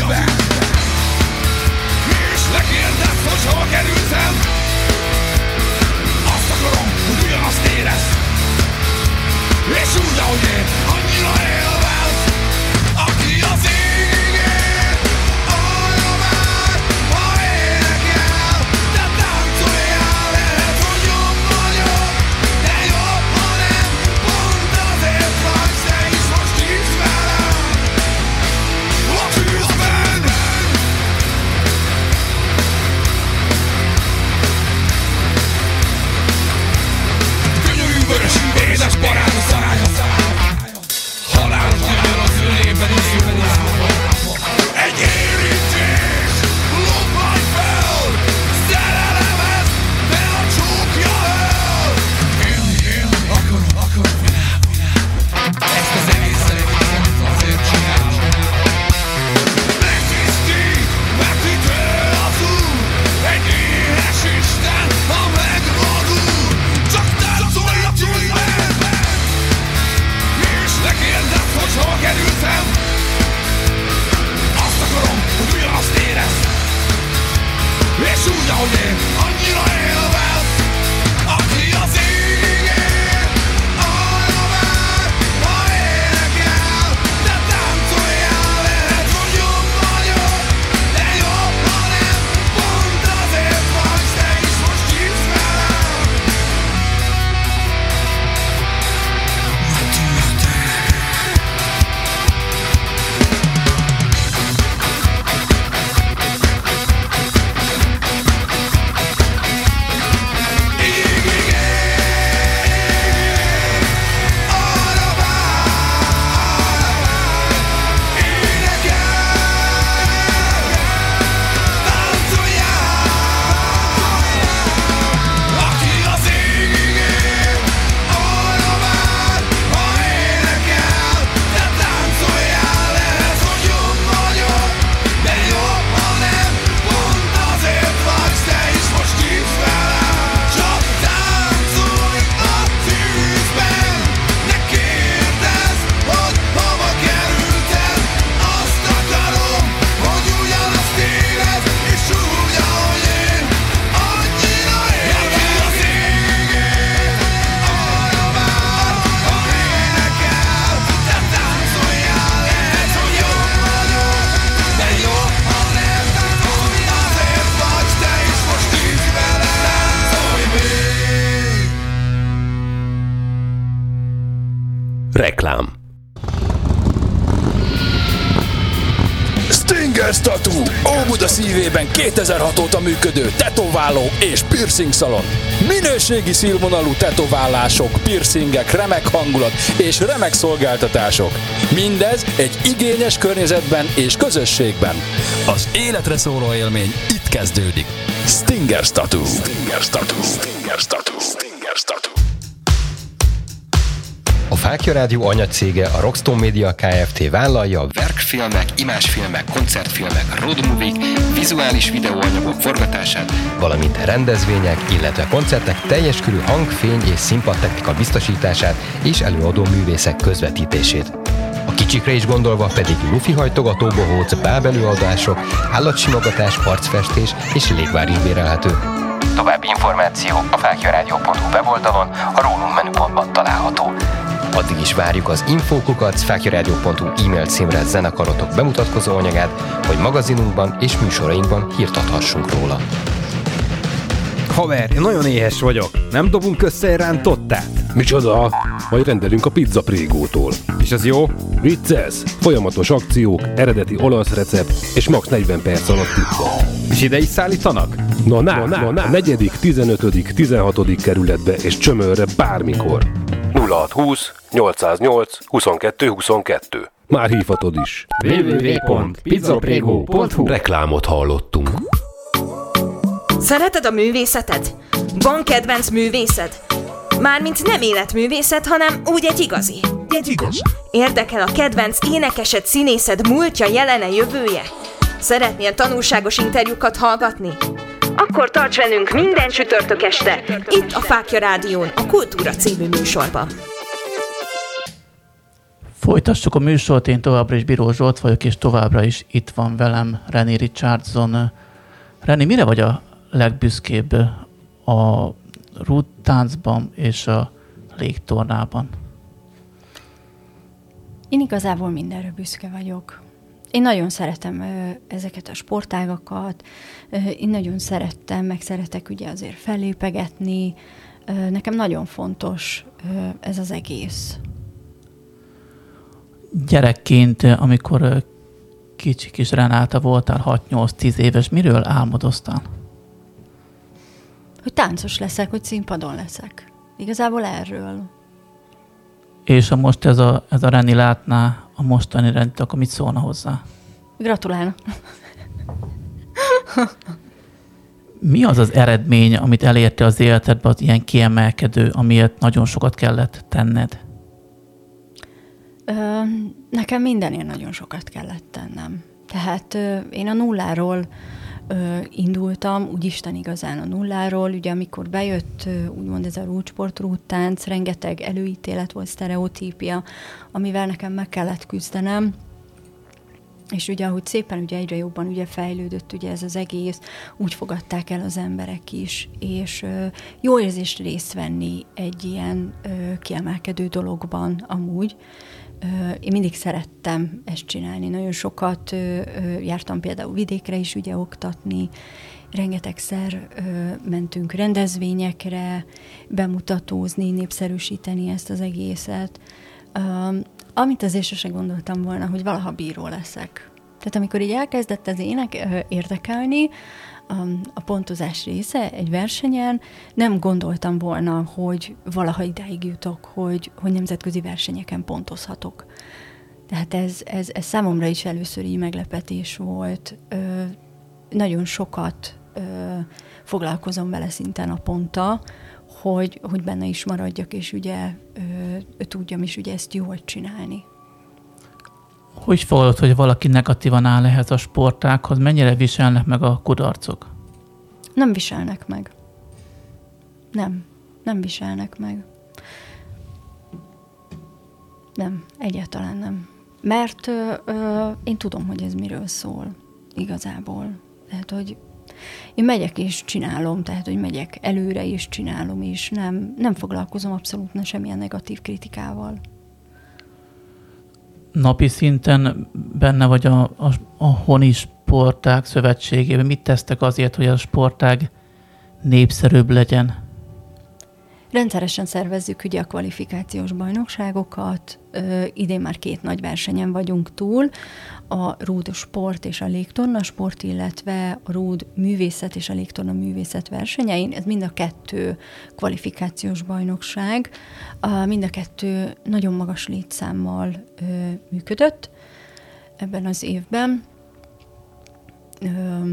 És lekérdezd, hogy hova kerültem. Stingers Tattoo, Óbuda szívében kétezer-hat óta működő tetováló és piercing szalon. Minőségi színvonalú tetoválások, piercingek, remek hangulat és remek szolgáltatások. Mindez egy igényes környezetben és közösségben. Az életre szóló élmény itt kezdődik. Stingers Tattoo. Stingers Tattoo. Stingers Tattoo. Stingers Tattoo. A Fáklya Rádió anyacége, a Rockstone Media Kft. Vállalja a verkfilmek, imásfilmek, koncertfilmek, roadmovie, vizuális videóanyagok forgatását, valamint rendezvények, illetve koncertek teljes körű hang, fény és színpadtechnika biztosítását és előadó művészek közvetítését. A kicsikre is gondolva pedig lufi-hajtogató bohóc, bábelőadások, állatsimogatás, arcfestés és légvári bérelhető. További információ a fáklyarádió pont hu weboldalon, a rólunk menüpontban található. Addig is várjuk az infókukat fáklyarádió pont hu e-mail címre zenekarotok bemutatkozó anyagát, hogy magazinunkban és műsorainkban hírt adhassunk róla. Haver, én nagyon éhes vagyok. Nem dobunk össze egy rántottát? Micsoda? Majd rendelünk a Pizza Prégótól. És az jó? Vicces! Folyamatos akciók, eredeti olasz recept és max. negyven perc alatt pizza. És ide is szállítanak? Na, na, na, na, na. A negyedik, tizenötödik, tizenhatodik kerületbe és Csömörre bármikor. nulla hat húsz nyolcszáznyolc huszonkettő huszonkettő. Már hívhatod is. double-u double-u double-u pont pizzaprego pont hu. Reklámot hallottunk. Szereted a művészetet? Van kedvenc művészed? Mármint nem életművészet, hanem úgy egy igazi. Egy igaz. Érdekel a kedvenc énekesed, színészed múltja, jelene, jövője? Szeretnél tanulságos interjúkat hallgatni? Akkor tarts velünk minden csütörtök este, itt a Fáklya Rádión, a Kultúra című műsorban. Folytassuk a műsort, én továbbra is Bíró Zsolt vagyok, és továbbra is itt van velem René Richardson. René, mire vagy a legbüszkébb a rúdtáncban és a légtornában? Én igazából mindenre büszke vagyok. Én nagyon szeretem ö, ezeket a sportágakat, ö, én nagyon szerettem, meg szeretek ugye azért fellépegetni. Ö, nekem nagyon fontos ö, ez az egész. Gyerekként, amikor kicsi kis Renáta voltál, hat-nyolc-tíz éves, miről álmodoztál? Hogy táncos leszek, hogy színpadon leszek. Igazából erről. És ha most ez a, ez a Reni látná a mostani Renit, akkor mit szólna hozzá? Gratulálok. Mi az az eredmény, amit elérte az életedben, az ilyen kiemelkedő, amiért nagyon sokat kellett tenned? Ö, nekem mindenért nagyon sokat kellett tennem. Tehát ö, én a nulláról ö, indultam, úgy Isten igazán a nulláról, ugye amikor bejött ö, úgymond ez a rúdsport, rúdtánc, rengeteg előítélet volt, sztereotípia, amivel nekem meg kellett küzdenem, és ugye ahogy szépen ugye egyre jobban ugye fejlődött ugye ez az egész, úgy fogadták el az emberek is, és ö, jó érzést részt venni egy ilyen ö, kiemelkedő dologban amúgy. Én mindig szerettem ezt csinálni. Nagyon sokat jártam például vidékre is ugye oktatni, rengetegszer mentünk rendezvényekre, bemutatózni, népszerűsíteni ezt az egészet. Amit azért sose gondoltam volna, hogy valaha bíró leszek. Tehát amikor így elkezdett az ének érdekelni, a pontozás része egy versenyen, nem gondoltam volna, hogy valaha idáig jutok, hogy, hogy nemzetközi versenyeken pontozhatok. Tehát ez, ez, ez számomra is először így meglepetés volt. Ö, nagyon sokat ö, foglalkozom vele szinte naponta, hogy, hogy benne is maradjak, és ugye ö, tudjam is ugye ezt jól csinálni. Hogy fogadod, hogy valaki negatívan áll ehhez a sportághoz? Mennyire viselnek meg a kudarcok? Nem viselnek meg. Nem. Nem viselnek meg. Nem. Egyáltalán nem. Mert ö, ö, én tudom, hogy ez miről szól. Igazából. Tehát, hogy én megyek és csinálom, tehát, hogy megyek előre és csinálom, és nem, nem foglalkozom abszolút ne semmilyen negatív kritikával. Napi szinten benne vagy a, a, a Honi Sportág Szövetségében. Mit tesztek azért, hogy a sportág népszerűbb legyen? Rendszeresen szervezzük ugye a kvalifikációs bajnokságokat, ö, idén már két nagy versenyen vagyunk túl, a Rúd sport és a légtorna sport, illetve a Rúd művészet és a légtorna művészet versenyein. Ez mind a kettő kvalifikációs bajnokság, a, mind a kettő nagyon magas létszámmal ö, működött ebben az évben. Ö,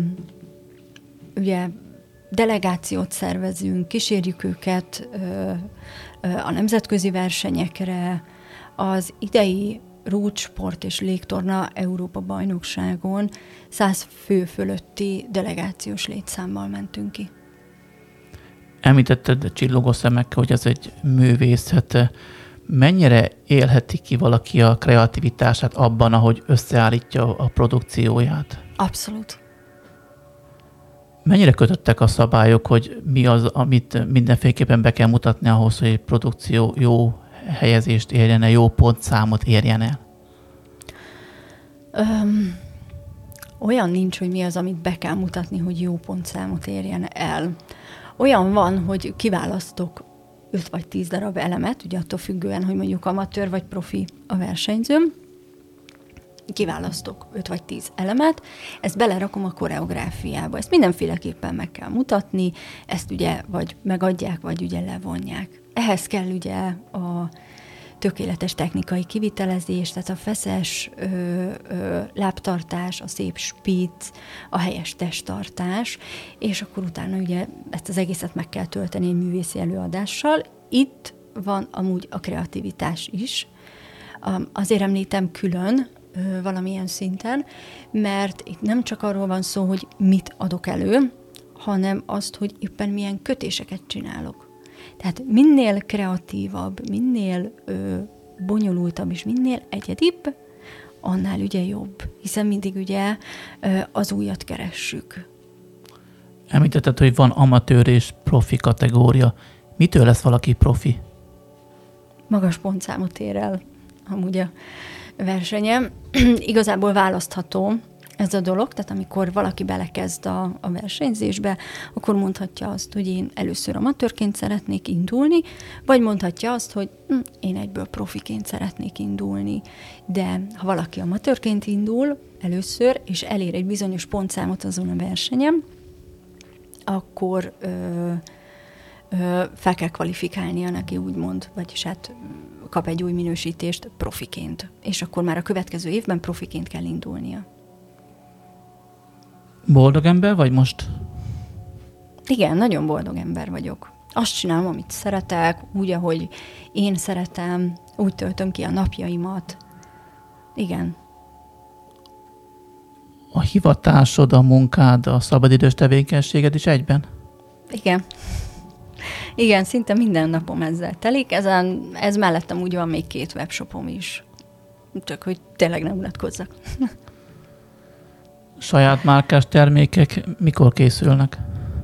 ugye delegációt szervezünk, kísérjük őket ö, ö, a nemzetközi versenyekre. Az idei Rúd sport és légtorna Európa bajnokságon száz fő fölötti delegációs létszámmal mentünk ki. Említetted csillogó szemekkel, hogy ez egy művészet. Mennyire élheti ki valaki a kreativitását abban, ahogy összeállítja a produkcióját? Abszolút. Mennyire kötöttek a szabályok, hogy mi az, amit mindenféleképpen be kell mutatni ahhoz, hogy egy produkció jó helyezést érjen el, jó pontszámot érjen el? Öm, olyan nincs, hogy mi az, amit be kell mutatni, hogy jó pontszámot érjen el. Olyan van, hogy kiválasztok öt vagy tíz darab elemet, ugye attól függően, hogy mondjuk amatőr vagy profi a versenyzőm, kiválasztok öt vagy tíz elemet, ezt belerakom a koreográfiába. Ezt mindenféleképpen meg kell mutatni, ezt ugye vagy megadják, vagy ugye levonják. Ehhez kell ugye a tökéletes technikai kivitelezés, tehát a feszes ö, ö, lábtartás, a szép spíc, a helyes testtartás, és akkor utána ugye ezt az egészet meg kell tölteni egy művészi előadással. Itt van amúgy a kreativitás is. Azért említem külön, valamilyen szinten, mert itt nem csak arról van szó, hogy mit adok elő, hanem azt, hogy éppen milyen kötéseket csinálok. Tehát minél kreatívabb, minél ö, bonyolultabb és minél egyedibb, annál ugye jobb, hiszen mindig ugye ö, az újat keressük. Említetted, hogy van amatőr és profi kategória. Mitől lesz valaki profi? Magas pontszámot ér el amúgy a versenyem. Igazából választható ez a dolog, tehát amikor valaki belekezd a, a versenyzésbe, akkor mondhatja azt, hogy én először amatőrként szeretnék indulni, vagy mondhatja azt, hogy hm, én egyből profiként szeretnék indulni. De ha valaki amatőrként indul először, és elér egy bizonyos pontszámot azon a versenyem, akkor ö, ö, fel kell kvalifikálnia neki, úgymond, vagyis hát kap egy új minősítést profiként, és akkor már a következő évben profiként kell indulnia. Boldog ember vagy most? Igen, nagyon boldog ember vagyok. Azt csinálom, amit szeretek, úgy, ahogy én szeretem, úgy töltöm ki a napjaimat. Igen. A hivatásod, a munkád, a szabadidős tevékenységed is egyben? Igen. Igen, szinte minden napom ezzel telik. Ezen, ez mellettem úgy van még két webshopom is. Csak hogy tényleg nem unatkozzak. Saját márkás termékek mikor készülnek?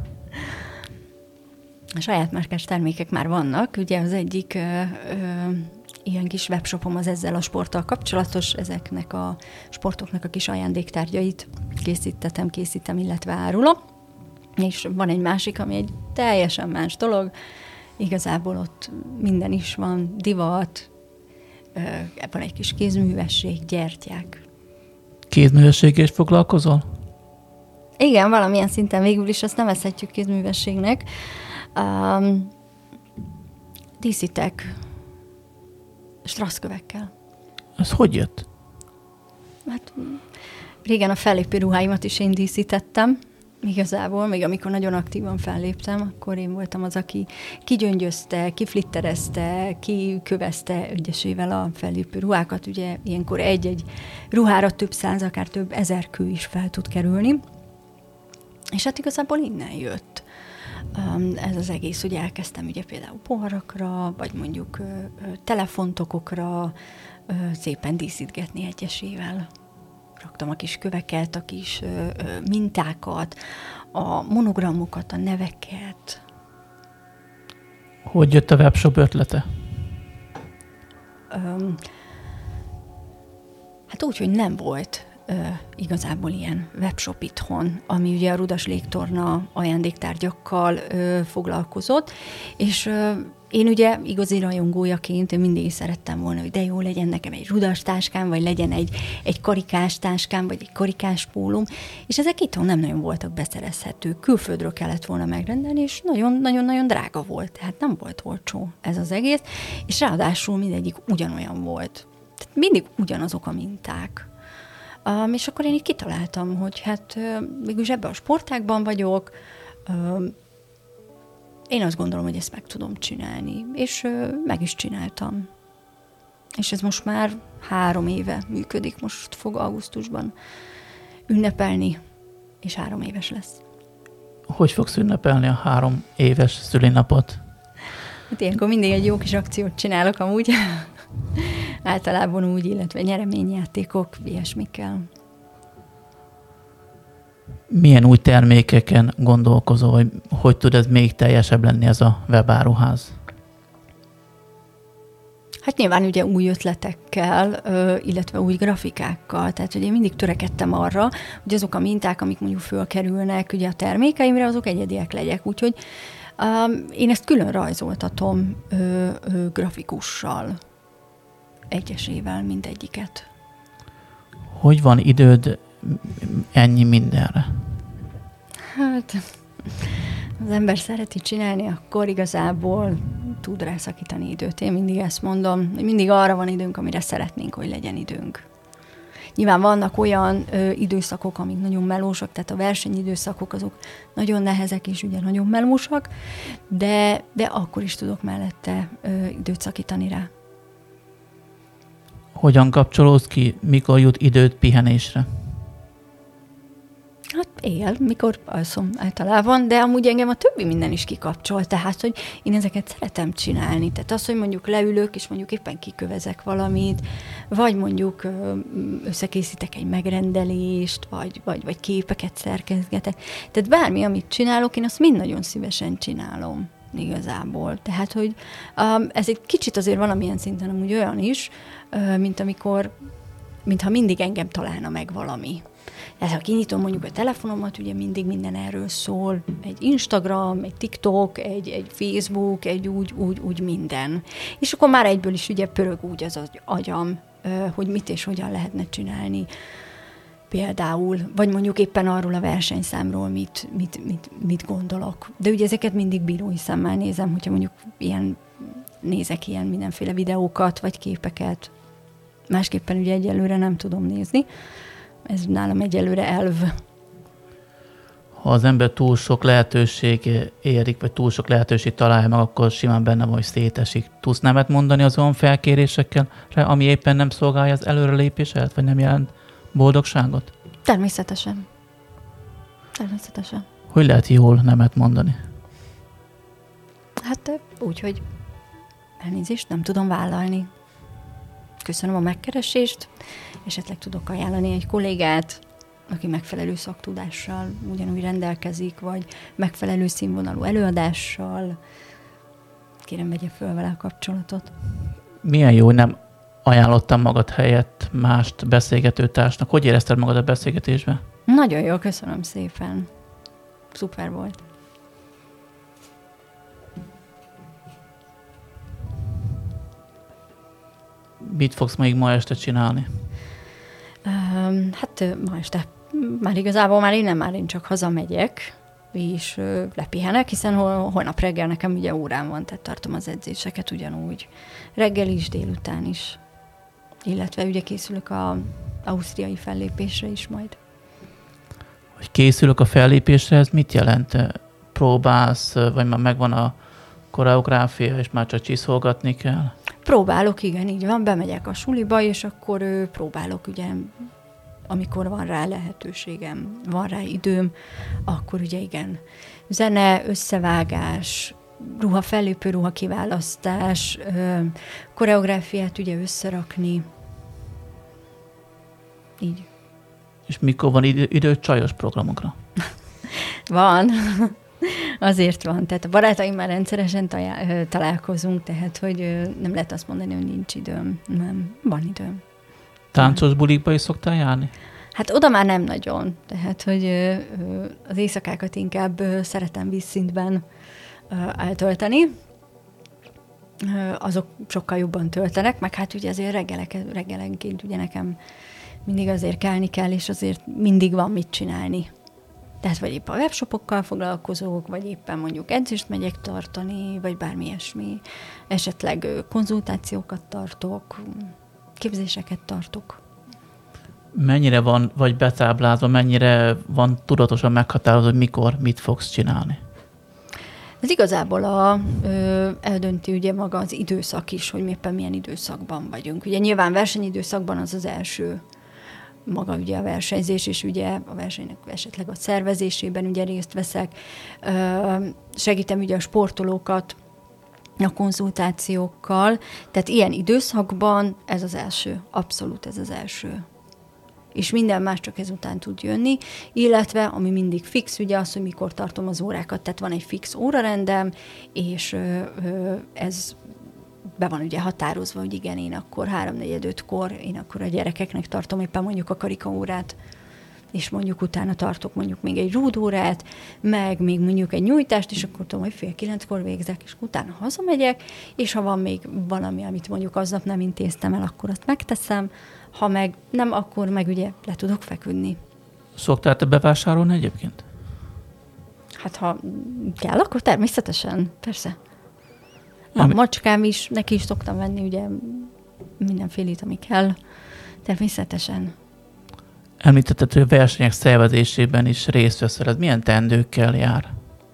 A saját márkás termékek már vannak. Ugye az egyik ö, ö, ilyen kis webshopom az ezzel a sporttal kapcsolatos. Ezeknek a sportoknak a kis ajándéktárgyait készítettem, készítem, illetve árulom. És van egy másik, ami egy teljesen más dolog. Igazából ott minden is van, divat, van egy kis kézművesség, gyertyák. Kézművességgel is foglalkozol? Igen, valamilyen szinten végül is azt nevezhetjük kézművességnek. Um, díszítek strasszkövekkel. Ez hogy jött? Hát régen a fellépő ruháimat is én díszítettem. Igazából, még amikor nagyon aktívan felléptem, akkor én voltam az, aki kigyöngyözte, kiflitterezte, kikövezte egyesével a fellépő ruhákat. Ugye ilyenkor egy-egy ruhára több száz, akár több ezer kő is fel tud kerülni. És hát igazából innen jött um, ez az egész. Ugye elkezdtem ugye például poharakra, vagy mondjuk uh, telefontokokra uh, szépen díszítgetni egyesével. Raktam a kis köveket, a kis ö, ö, mintákat, a monogramokat, a neveket. Hogy jött a webshop ötlete? Öm, hát úgy, hogy nem volt ö, igazából ilyen webshop itthon, ami ugye a Rudas Légtorna ajándéktárgyakkal ö, foglalkozott, és ö, én ugye igazi rajongójaként én mindig szerettem volna, hogy de jó legyen nekem egy rudas táskám, vagy legyen egy, egy karikás táskám, vagy egy karikás pólum, és ezek itthon nem nagyon voltak beszerezhetők. Külföldről kellett volna megrendelni, és nagyon-nagyon-nagyon drága volt, tehát nem volt olcsó ez az egész, és ráadásul mindegyik ugyanolyan volt. Tehát mindig ugyanazok a minták. Um, és akkor én így kitaláltam, hogy hát uh, mégis ebben a sportágban vagyok, um, én azt gondolom, hogy ezt meg tudom csinálni, és uh, meg is csináltam. És ez most már három éve működik, most fog augusztusban ünnepelni, és három éves lesz. Hogy fogsz ünnepelni a három éves szülinapot? Hát ilyenkor mindig egy jó kis akciót csinálok amúgy. Általában úgy, illetve nyereményjátékok, ilyesmikkel. Milyen új termékeken gondolkozol, vagy hogy tud ez még teljesebb lenni ez a webáruház? Hát nyilván ugye új ötletekkel, illetve új grafikákkal. Tehát ugye én mindig törekedtem arra, hogy azok a minták, amik mondjuk fölkerülnek ugye a termékeimre, azok egyediek legyek. Úgyhogy um, én ezt külön rajzoltatom ö, ö, grafikussal, egyesével mindegyiket. Hogy van időd ennyi mindenre? Hát az ember szereti csinálni, akkor igazából tud rá szakítani időt. Én mindig ezt mondom, hogy mindig arra van időnk, amire szeretnénk, hogy legyen időnk. Nyilván vannak olyan ö, időszakok, amik nagyon melósak, tehát a versenyidőszakok azok nagyon nehezek és ugye nagyon melósak, de, de akkor is tudok mellette ö, időt szakítani rá. Hogyan kapcsolódsz ki, mikor jut időt pihenésre? Hát él, mikor alszom általában, de amúgy engem a többi minden is kikapcsol, tehát, hogy én ezeket szeretem csinálni. Tehát az, hogy mondjuk leülök, és mondjuk éppen kikövezek valamit, vagy mondjuk összekészítek egy megrendelést, vagy, vagy, vagy képeket szerkezgetek. Tehát bármi, amit csinálok, én azt mind nagyon szívesen csinálom igazából. Tehát, hogy um, ez egy kicsit azért valamilyen szinten amúgy olyan is, uh, mint amikor, mintha mindig engem találna meg valami. Tehát, ha kinyitom mondjuk a telefonomat, ugye mindig minden erről szól. Egy Instagram, egy TikTok, egy, egy Facebook, egy úgy, úgy, úgy minden. És akkor már egyből is ugye pörög úgy az agyam, hogy mit és hogyan lehetne csinálni. Például, vagy mondjuk éppen arról a versenyszámról mit, mit, mit, mit gondolok. De ugye ezeket mindig bírói szemmel nézem, hogyha mondjuk ilyen, nézek ilyen mindenféle videókat, vagy képeket. Másképpen ugye egyelőre nem tudom nézni. Ez nálam egyelőre elv. Ha az ember túl sok lehetőség érik, vagy túl sok lehetőség találja meg, akkor simán benne vagy szétesik. Tudsz nemet mondani az olyan felkérésekkel, ami éppen nem szolgálja az előrelépéset, vagy nem jelent boldogságot? Természetesen. Természetesen. Hogy lehet jól nemet mondani? Hát úgy, hogy elnézést nem tudom vállalni. Köszönöm a megkeresést, esetleg tudok ajánlani egy kollégát, aki megfelelő szaktudással ugyanúgy rendelkezik, vagy megfelelő színvonalú előadással. Kérem, vegye föl vele a kapcsolatot. Milyen jó, hogy nem ajánlottam magad helyett mást beszélgetőtársnak. Hogy érezted magad a beszélgetésben? Nagyon jó, köszönöm szépen. Szuper volt. Mit fogsz még ma este csinálni? Um, hát ma este már igazából már innen már én csak hazamegyek, és uh, lepihenek, hiszen hol, holnap reggel nekem ugye órám van, tehát tartom az edzéseket ugyanúgy. Reggel is, délután is. Illetve ugye készülök az ausztriai fellépésre is majd. Hogy készülök a fellépésre, ez mit jelent? Próbálsz, vagy már megvan a koreográfia, és már csak csiszolgatni kell? Próbálok, igen, így van, bemegyek a suliba, és akkor ő, próbálok, ugye, amikor van rá lehetőségem, van rá időm, akkor ugye igen, zene, összevágás, ruha, fellépő ruha kiválasztás, koreográfiát ugye összerakni, így. És mikor van idő, idő csajos programokra? Van. Azért van. Tehát a barátaimmal rendszeresen talál, találkozunk, tehát hogy nem lehet azt mondani, hogy nincs időm. Nem, van időm. Táncos bulikba is szoktál járni? Hát oda már nem nagyon. Tehát, hogy ö, ö, az éjszakákat inkább ö, szeretem vízszintben ö, eltölteni. Ö, azok sokkal jobban töltenek, meg hát ugye azért reggelek, reggelenként ugye nekem mindig azért kelni kell, és azért mindig van mit csinálni. Tehát vagy épp a webshopokkal foglalkozok, vagy éppen mondjuk edzést megyek tartani, vagy bármi ilyesmi. Esetleg konzultációkat tartok, képzéseket tartok. Mennyire van, vagy betáblázva, mennyire van tudatosan meghatározva, hogy mikor, mit fogsz csinálni? Ez igazából a, ö, eldönti ugye maga az időszak is, hogy éppen milyen időszakban vagyunk. Ugye nyilván versenyidőszakban az az első maga ugye a versenyzés, és ugye a versenynek esetleg a szervezésében ugye részt veszek. Segítem ugye a sportolókat a konzultációkkal, tehát ilyen időszakban ez az első, abszolút ez az első. És minden más csak ezután tud jönni, illetve ami mindig fix, ugye az, hogy mikor tartom az órákat, tehát van egy fix órarendem, és ez be van ugye határozva, hogy igen, én akkor háromnegyed ötkor, én akkor a gyerekeknek tartom éppen mondjuk a karikaórát, és mondjuk utána tartok mondjuk még egy rúdórát, meg még mondjuk egy nyújtást, és akkor tudom, hogy fél kilenckor végzek, és utána hazamegyek, és ha van még valami, amit mondjuk aznap nem intéztem el, akkor azt megteszem, ha meg nem, akkor meg ugye le tudok feküdni. Szoktál te bevásárolni egyébként? Hát ha kell, akkor természetesen, persze. A Ami... macskám is, neki is szoktam venni, ugye mindenfélét, ami kell. Természetesen. Említetted, hogy a versenyek szervezésében is részt veszel. Ez milyen teendőkkel jár?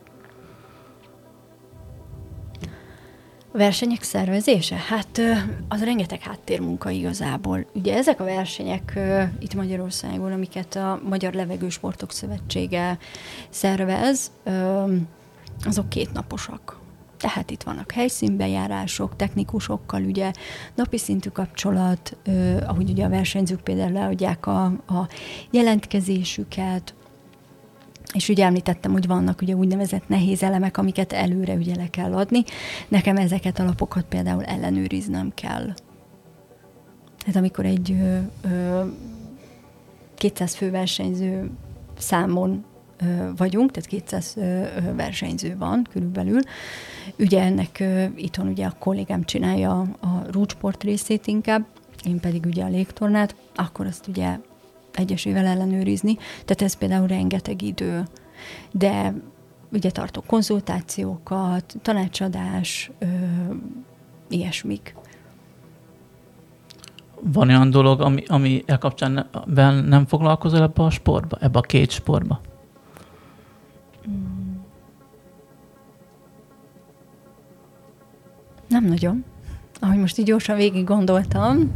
A versenyek szervezése? Hát az rengeteg háttérmunka igazából. Ugye ezek a versenyek itt Magyarországon, amiket a Magyar Levegősportok Szövetsége szervez, azok kétnaposak. Tehát itt vannak helyszínbejárások, technikusokkal, ugye napi szintű kapcsolat, eh, ahogy ugye a versenyzők például leadják a, a jelentkezésüket, és ugye említettem, hogy vannak ugye úgynevezett nehéz elemek, amiket előre ugye le kell adni. Nekem ezeket a lapokat például ellenőriznem kell. Tehát amikor egy ö, ö, kétszáz fő versenyző számon vagyunk, tehát kétszáz versenyző van körülbelül. Ugye ennek itthon ugye a kollégám csinálja a rúdsport részét inkább, én pedig ugye a légtornát, akkor azt ugye egyesével ellenőrizni. Tehát ez például rengeteg idő. De ugye tartok konzultációkat, tanácsadás, ö, ilyesmik. Van olyan dolog, ami, ami e kapcsán nem foglalkozol ebbe a sportba, ebbe a két sportba? Nem nagyon. Ahogy most így gyorsan végig gondoltam,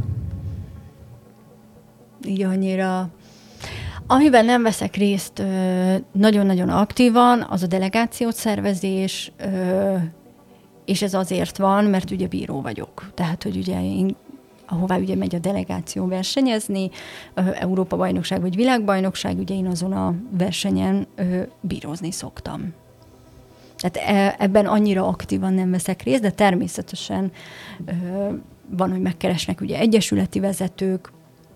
így annyira... Amiben nem veszek részt nagyon-nagyon aktívan, az a delegációt szervezés, és ez azért van, mert ugye bíró vagyok. Tehát, hogy ugye én, ahová ugye megy a delegáció versenyezni, Európa-bajnokság vagy világbajnokság, ugye én azon a versenyen bírózni szoktam. Tehát ebben annyira aktívan nem veszek részt, de természetesen van, hogy megkeresnek ugye egyesületi vezetők,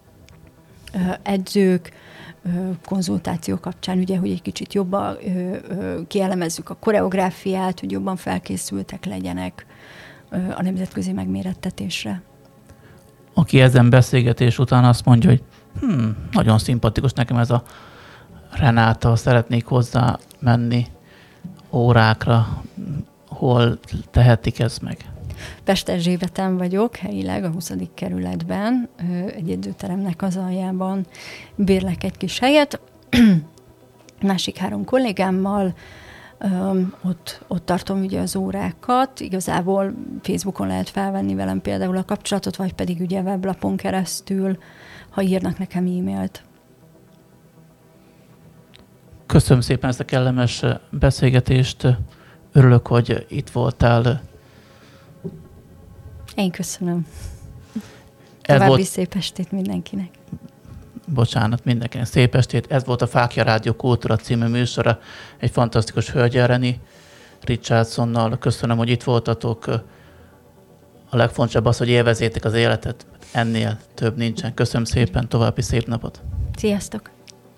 edzők, konzultáció kapcsán, ugye, hogy egy kicsit jobban kielemezzük a koreográfiát, hogy jobban felkészültek legyenek a nemzetközi megmérettetésre. Aki ezen beszélgetés után azt mondja, hogy hm, nagyon szimpatikus nekem ez a Renáta, szeretnék hozzá menni órákra, hol tehetik ezt meg? Pesterzsébeten vagyok, helyileg a huszadik kerületben, egy edzőteremnek az aljában bérlek egy kis helyet. Másik három kollégámmal ott, ott tartom ugye az órákat. Igazából Facebookon lehet felvenni velem például a kapcsolatot, vagy pedig ugye weblapon keresztül, ha írnak nekem e-mailt. Köszönöm szépen ezt a kellemes beszélgetést. Örülök, hogy itt voltál. Én köszönöm. Ez További volt... szép estét mindenkinek. Bocsánat, mindenkinek szép estét. Ez volt a Fáklya Rádió Kultúra című műsora. Egy fantasztikus hölgyel, Reni Richardsonnal. Köszönöm, hogy itt voltatok. A legfontosabb az, hogy élvezétek az életet. Ennél több nincsen. Köszönöm szépen, további szép napot. Sziasztok!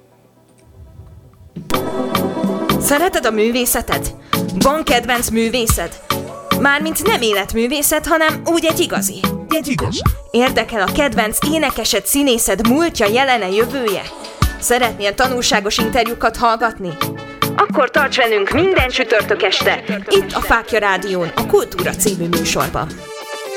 Szereted a művészetet? Van kedvenc művészed? Mármint nem életművészet, hanem úgy egy igazi. Egy igazi. Érdekel a kedvenc énekesed, színészed múltja, jelene, jövője? Szeretnél tanulságos interjúkat hallgatni? Akkor tarts velünk minden csütörtök este, itt a Fákja Rádión, a Kultúra című műsorban.